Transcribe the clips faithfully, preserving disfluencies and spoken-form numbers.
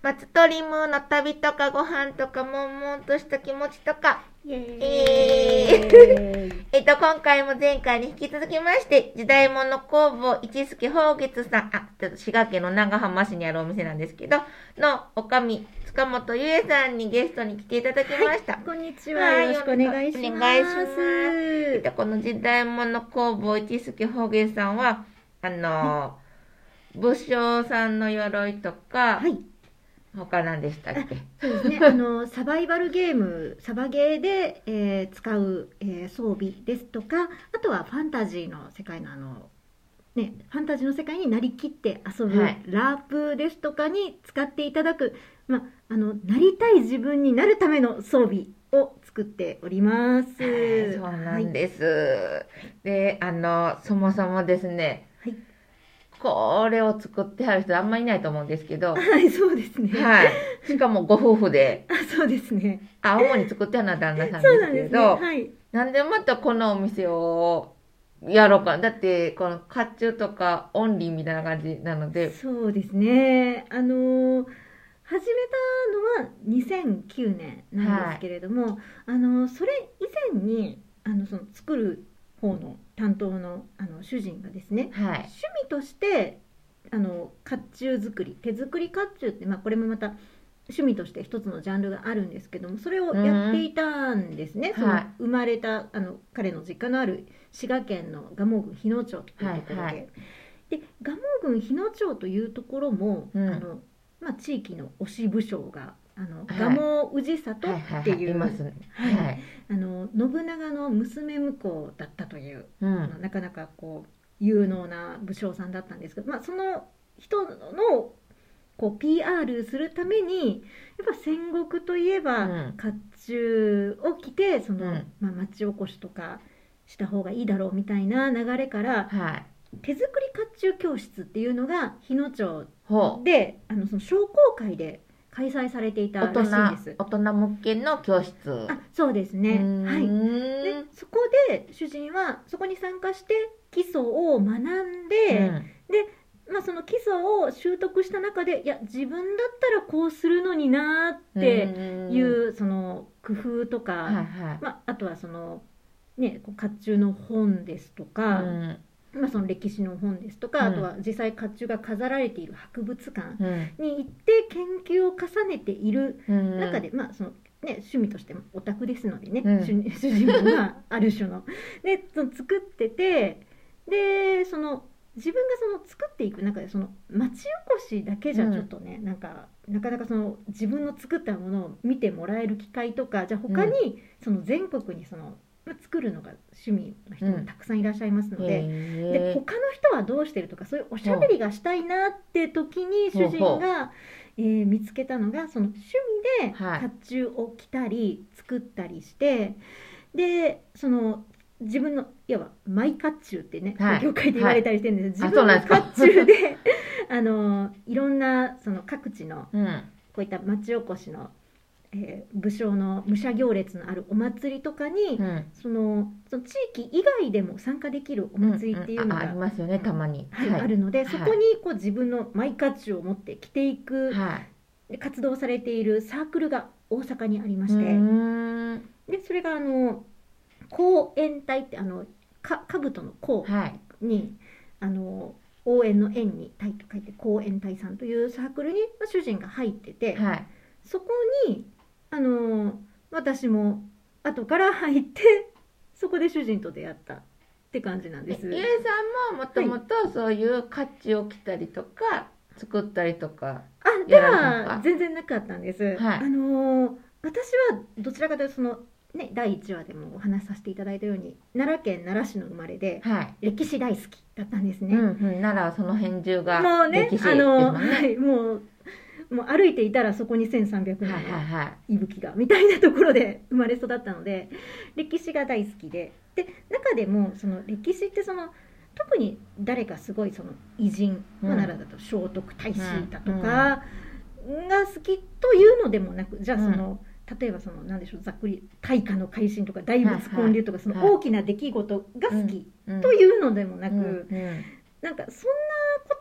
松鳥ムーの旅とかご飯とか悶々とした気持ちとか、 イエーイ、 えー、えっと、今回も前回に引き続きまして、時代物工房一助宝月さん、あ、ちょっと滋賀県の長浜市にあるお店なんですけど、のおかみ、塚本ゆえさんにゲストに来ていただきました。 はい、こんにちは。よろしくお願いします。 お願いします。えっと、この時代物工房一助宝月さんは、あの、はい、武将さんの鎧とか、はい、他何でしたっけ？ そうですね。あのサバイバルゲーム、サバゲーで、えー、使う、えー、装備ですとか、あとはファンタジーの世界のあのね、ファンタジーの世界になりきって遊ぶ、はい、ラープですとかに使っていただく、まあのなりたい自分になるための装備を作っております。 そうなんです。はい、で、あのそもそもですね。これを作ってはる人あんまりいないと思うんですけど。 はい、そうですね。 はい。しかもご夫婦で。 あ、そうですね。 あ、主に作ってはるのは旦那さんですけど。 そうなんですね。はい。 なんでまたこのお店をやろうか。だって、この甲冑とかオンリーみたいな感じなので。 そうですね。あのー、始めたのはにせんきゅうねんなんですけれども、はい、あのー、それ以前に、あの、その作る方の担当のあの主人がですね、はい、趣味としてあの甲冑作り、手作り甲冑って、まあ、これもまた趣味として一つのジャンルがあるんですけども、それをやっていたんですね。その生まれたあの彼の実家のある滋賀県の蒲生郡日野町というところで、はいはい、で蒲生郡日野町というところも、うん、あのまあ、地域の推し武将があの蒲生氏里っていう信長の娘婿だったという、うん、あのなかなかこう有能な武将さんだったんですけど、まあ、その人のこう ピーアール するためにやっぱ戦国といえば甲冑を着てその、うんまあ、町おこしとかした方がいいだろうみたいな流れから、はい、手作り甲冑教室っていうのが日野町であのその商工会で開催されていたらしいんです。 大人向けの教室。 あ、そうですね。はい。で、そこで主人はそこに参加して基礎を学んで、うん、で、まあその基礎を習得した中で、いや自分だったらこうするのになっていうその工夫とか、はいはい、まああとはそのね甲冑の本ですとか。うんまあ、その歴史の本ですとか、うん、あとは実際甲冑が飾られている博物館に行って研究を重ねている中で、うんまあそのね、趣味としてもオタクですのでね、うん、主人公がある種のでその作っててでその自分がその作っていく中でその町おこしだけじゃちょっとね、うん、なんかなかなかその自分の作ったものを見てもらえる機会とかじゃあ他にその全国にその作るのが趣味の人もたくさんいらっしゃいますので、うん、で他の人はどうしてるとかそういうおしゃべりがしたいなって時に主人が、えー、見つけたのがその趣味で甲冑を着たり作ったりして、はい、でその自分のいわばマイ甲冑ってね、はい、業界で言われたりしてるんですけど、はい、自分の甲冑であのいろんなその各地の、うん、こういった町おこしのえー、武将の武者行列のあるお祭りとかに、うん、そのその地域以外でも参加できるお祭りっていうのが、 うんうん、あ, ありますよねたまに、 はいはい、あるので、はい、そこにこう自分のマイ甲冑を持って着ていく、はい、活動されているサークルが大阪にありまして、でそれがあの後援隊ってあのか兜の甲に、はい、あの応援の援に隊と書いて後援隊さんというサークルに、まあ、主人が入ってて、はい、そこにあの私も後から入ってそこで主人と出会ったって感じなんです。 ゆえさんももともとそういう甲冑を着たりとか、はい、作ったりとかあでは全然なかったんです。はい、あの私はどちらかというとその、ね、だいいちわでもお話しさせていただいたように奈良県奈良市の生まれで、はい、歴史大好きだったんですね。 うんうん、奈良はその辺中が歴史ですもんね。 もうね、あの、はい、もうもう歩いていたらそこにせんさんびゃくねんの息吹がみたいなところで生まれ育ったので歴史が大好きで、で中でもその歴史ってその特に誰かすごいその偉人、うん、奈良だと聖徳太子だとかが好きというのでもなく、じゃあその、うん、例えばその何でしょうざっくり大化の改新とか大仏建立とかその大きな出来事が好きというのでもなく、なんかそんなことも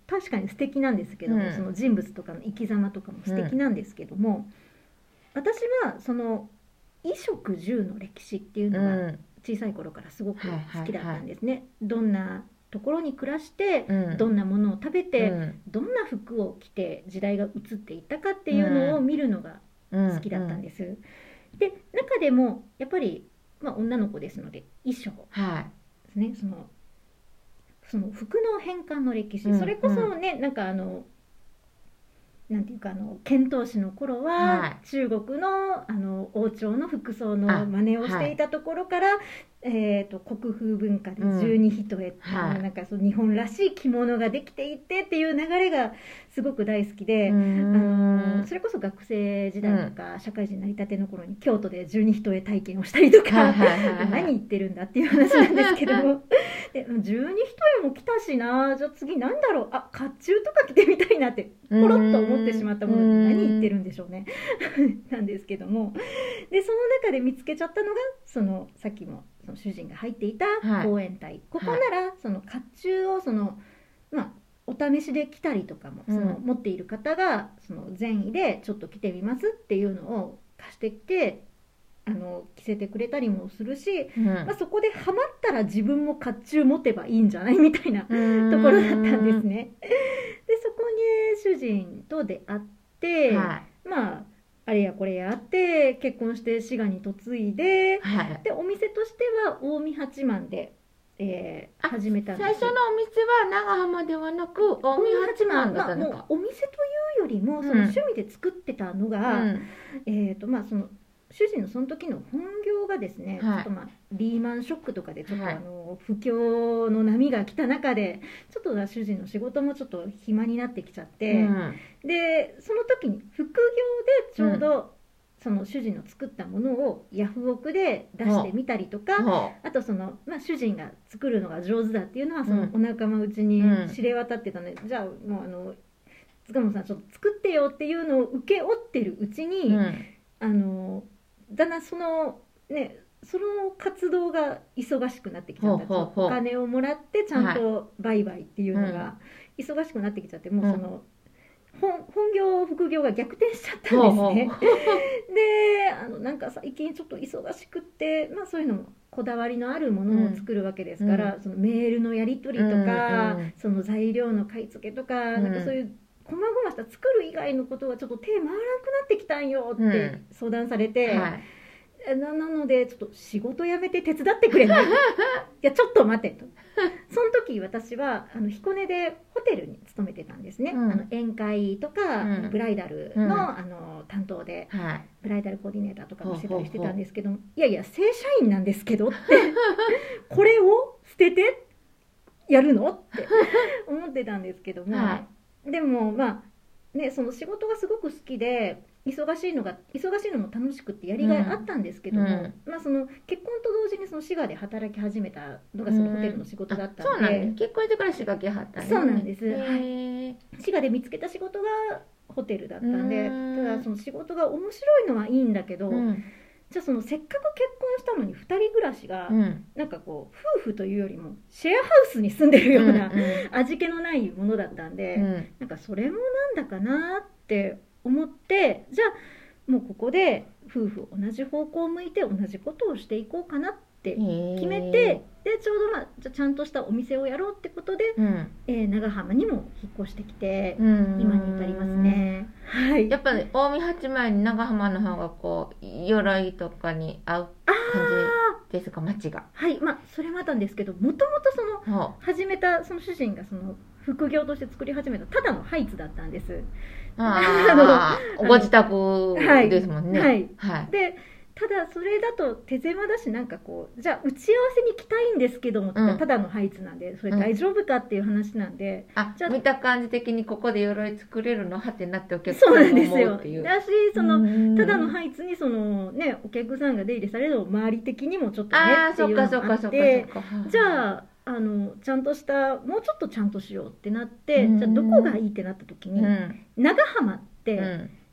確かに素敵なんですけども、 うんその人物とかの生き様とかも素敵なんですけども、私はその衣食住の歴史っていううのがん小さい頃からすごくはいはいはい好きだったんですね。どんなところに暮らして、 うんどんなものを食べて、 うんどんな服を着て時代が移っていったかっていうのを見るのがうん好きだったんです。で中でもやっぱり、まあ、女の子ですので衣装はいですね、そのその服の変換の歴史、 うんそれこそね、なんかあのなんていうかあの遣唐使の頃は、 はい中国のあの王朝の服装のあ真似をしていたところから、えー、と国風文化で十二人へ、あのはいなんかそう日本らしい着物ができていってっていう流れがすごく大好きで、 うあんのそれこそ学生時代とか、社会人なりたての頃に京都で十二人体験をしたりとか、 はいはいはいはい何言ってるんだっていう話なんですけどもで十二人も来たしな、じゃあ次なんだろう、あ甲冑とか着てみたいなってポロッと思ってしまったもので、何言ってるんでしょうねなんですけども、でその中で見つけちゃったのがそのさっきもその主人が入っていたはい講演隊、ここならその甲冑をそのまあお試しで着たりとかも、 うんその持っている方がその善意でちょっと着てみますっていうのを貸してきて、あの着せてくれたりもするし、 うんまあ、そこでハマったら自分も甲冑持てばいいんじゃないみたいなとところだったんですね。でそこに主人と出会って、 はまああれやこれやあって結婚して滋賀に嫁いで、 いはいでお店としては近江八幡で、えーあ始めたんです。 最初のお店は長浜ではなく近江八幡だったのかまあもうお店というよりもそのうん趣味で作ってたのが、 うんえーとまあ、その主人のその時の本業がですね、 はいちょっとまあリーマンショックとかでちょっとはいあの不況の波が来た中でちょっと主人の仕事もちょっと暇になってきちゃって、 うんでその時に副業でちょうど、その主人の作ったものをヤフオクで出してみたりとか、 ほあとその、まあ、主人が作るのが上手だっていうのはそうんのお仲間内にうん知れ渡ってたので、じゃあもうあの塚本さんちょっと作ってよっていうのを請け負ってるうちうに、 うんあのだんだんそのねその活動が忙しくなってきちゃった。 ほうほうほうお金をもらってちゃんと売買っていうのが忙しくなってきちゃって、もうその、本本業副業が逆転しちゃったんですね。 ほうほうであのなんか最近ちょっと忙しくって、まあ、そういうのもこだわりのあるものを作るわけですから、 うそのメールのやり取りとか、 うんうんその材料の買い付けとか、 うんなんかそういう細々した作る以外のことがちょっと手回らなくなってきたんよって相談されて、 はいななのでちょっと仕事辞めて手伝ってくれないいやちょっと待てと。その時私はあの彦根でホテルに勤めてたんですね、 うんあの宴会とか、 うんブライダルの,、 うんあの担当ではいブライダルコーディネーターとかもしてたりしてほうほうほうたんですけども、いやいや正社員なんですけどってこれを捨ててやるのって思ってたんですけども、 はでもまあねその仕事がすごく好きで忙しいのが忙しいのも楽しくってやりがいあったんですけども、 うんまあその結婚と同時にその滋賀で働き始めたのがそのホテルの仕事だったそうなんんで、 です結婚してから仕掛けはったねそうなんですへー滋賀で見つけた仕事がホテルだったんで、 うんただその仕事が面白いのはいいんだけど、 うんじゃあそのせっかく結婚したのにふたり暮らしが、 うんなんかこう夫婦というよりもシェアハウスに住んでるような、 うん味気のないものだったんで、 うんなんかそれもなんだかなって思って、じゃあもうここで夫婦同じ方向を向いて同じことをしていこうかなって決めて、でちょうど、まあ、じゃあちゃんとしたお店をやろうってことで、 うんえー長浜にも引っ越してきて、 うん今に至りますね。はい。 やっぱり近江八幡に長浜の方がこう鎧とかに合うあ感あじですか街がはい、まあそれもあったんですけど、もともとそのほ始めたその主人がその副業として作り始めたただのハイツだったんです。 うああご自宅ですもんねはいはいでただそれだと手狭だし、なんかこうじゃあ打ち合わせに来たいんですけども、 うんただのハイツなんでそれ大丈夫かっていう話なんで、 あじゃあ見た感じ的にここで鎧作れるのはてなってお客そうさんもなんですよ。 思うっていうだしそののただのハイツにそのねお客さんが出入りされるのも周り的にもちょっとねああっていのそうっかそっがあっかそっかそってかじゃああのちゃんとしたもうちょっとちゃんとしようってなって、 うんじゃあどこがいいってなった時に、 うん長浜って、 うん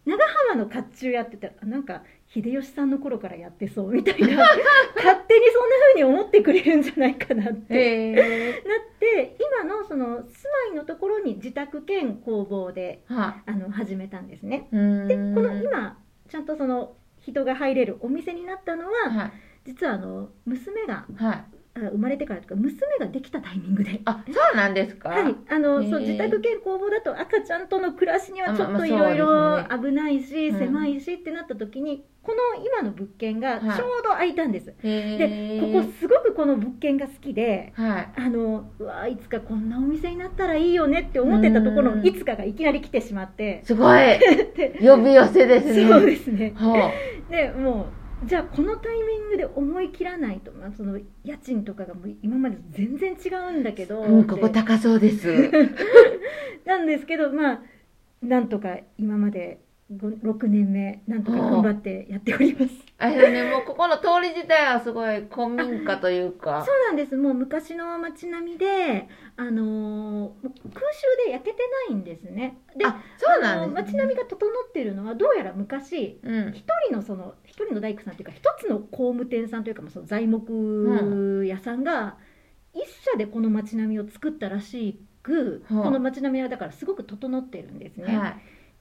長浜の甲冑やってたらなんか秀吉さんの頃からやってそうみたいな勝手にそんな風に思ってくれるんじゃないかなってなって今のその住まいのところに自宅兼工房で、はあ、あの始めたんですね。でこの今ちゃんとその人が入れるお店になったのは、はい、実はあの娘が、はい生まれてからとか娘ができたタイミングで。 あ、そうなんですか。 はい、あのそう自宅兼工房だと赤ちゃんとの暮らしにはちょっといろいろ危ないし、まあまあね、狭いしってなった時に、うん、この今の物件がちょうど空いたんです。はい、でここすごくこの物件が好きで、はい、あのうわいつかこんなお店になったらいいよねって思ってたところのいつかがいきなり来てしまって、 すごい呼び寄せですね。 そうですね。はあ、でもう。じゃあこのタイミングで思い切らないと、まあ、その家賃とかがもう今までと全然違うんだけど、 うん、ここ高そうですなんですけど、まあなんとか今までろくねんめなんとか頑張ってやっております。 あれね、もうここの通り自体はすごい古民家というか、 そうなんです。もう昔の街並みで、あのー、空襲で焼けてないんですね。で、 あ、そうなんですね。 街並みが整ってるのはどうやら昔、うん、一人のその一人の大工さんというか一つの工務店さんというか、まあ、その材木屋さんが一社でこの街並みを作ったらしく、うん、この街並みはだからすごく整ってるんですね。はい、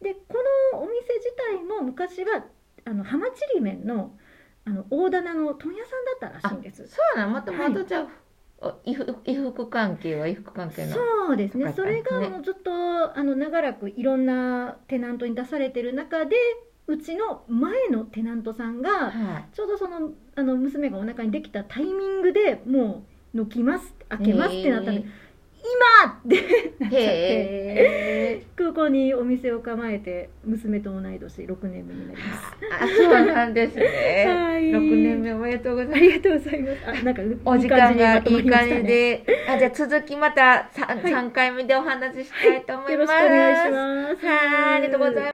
でこのお店自体も昔はあの浜ちりめんのあの大棚の問屋さんだったらしいんです。 そうなの。またまたじゃあ、衣服、衣服関係は衣服関係の、 そうですね。それがもうずっとあの長らくいろんなテナントに出されてる中で、うちの前のテナントさんが、はい、ちょうどそのあの娘がお腹にできたタイミングでもう抜きます開けますってなったんで、今ってなっちゃって空港にお店を構えて娘と同い年ろくねんめになります。 あ、そうなんですね。はい、ろくねんめおめでとうございます。ありがとうございます。あ、なんかお時間がいい感じで、あ、じゃあ続きまた 3, はい、さんかいめでお話ししたいと思います。 よろしくお願いします。 はい、ありがとうございます。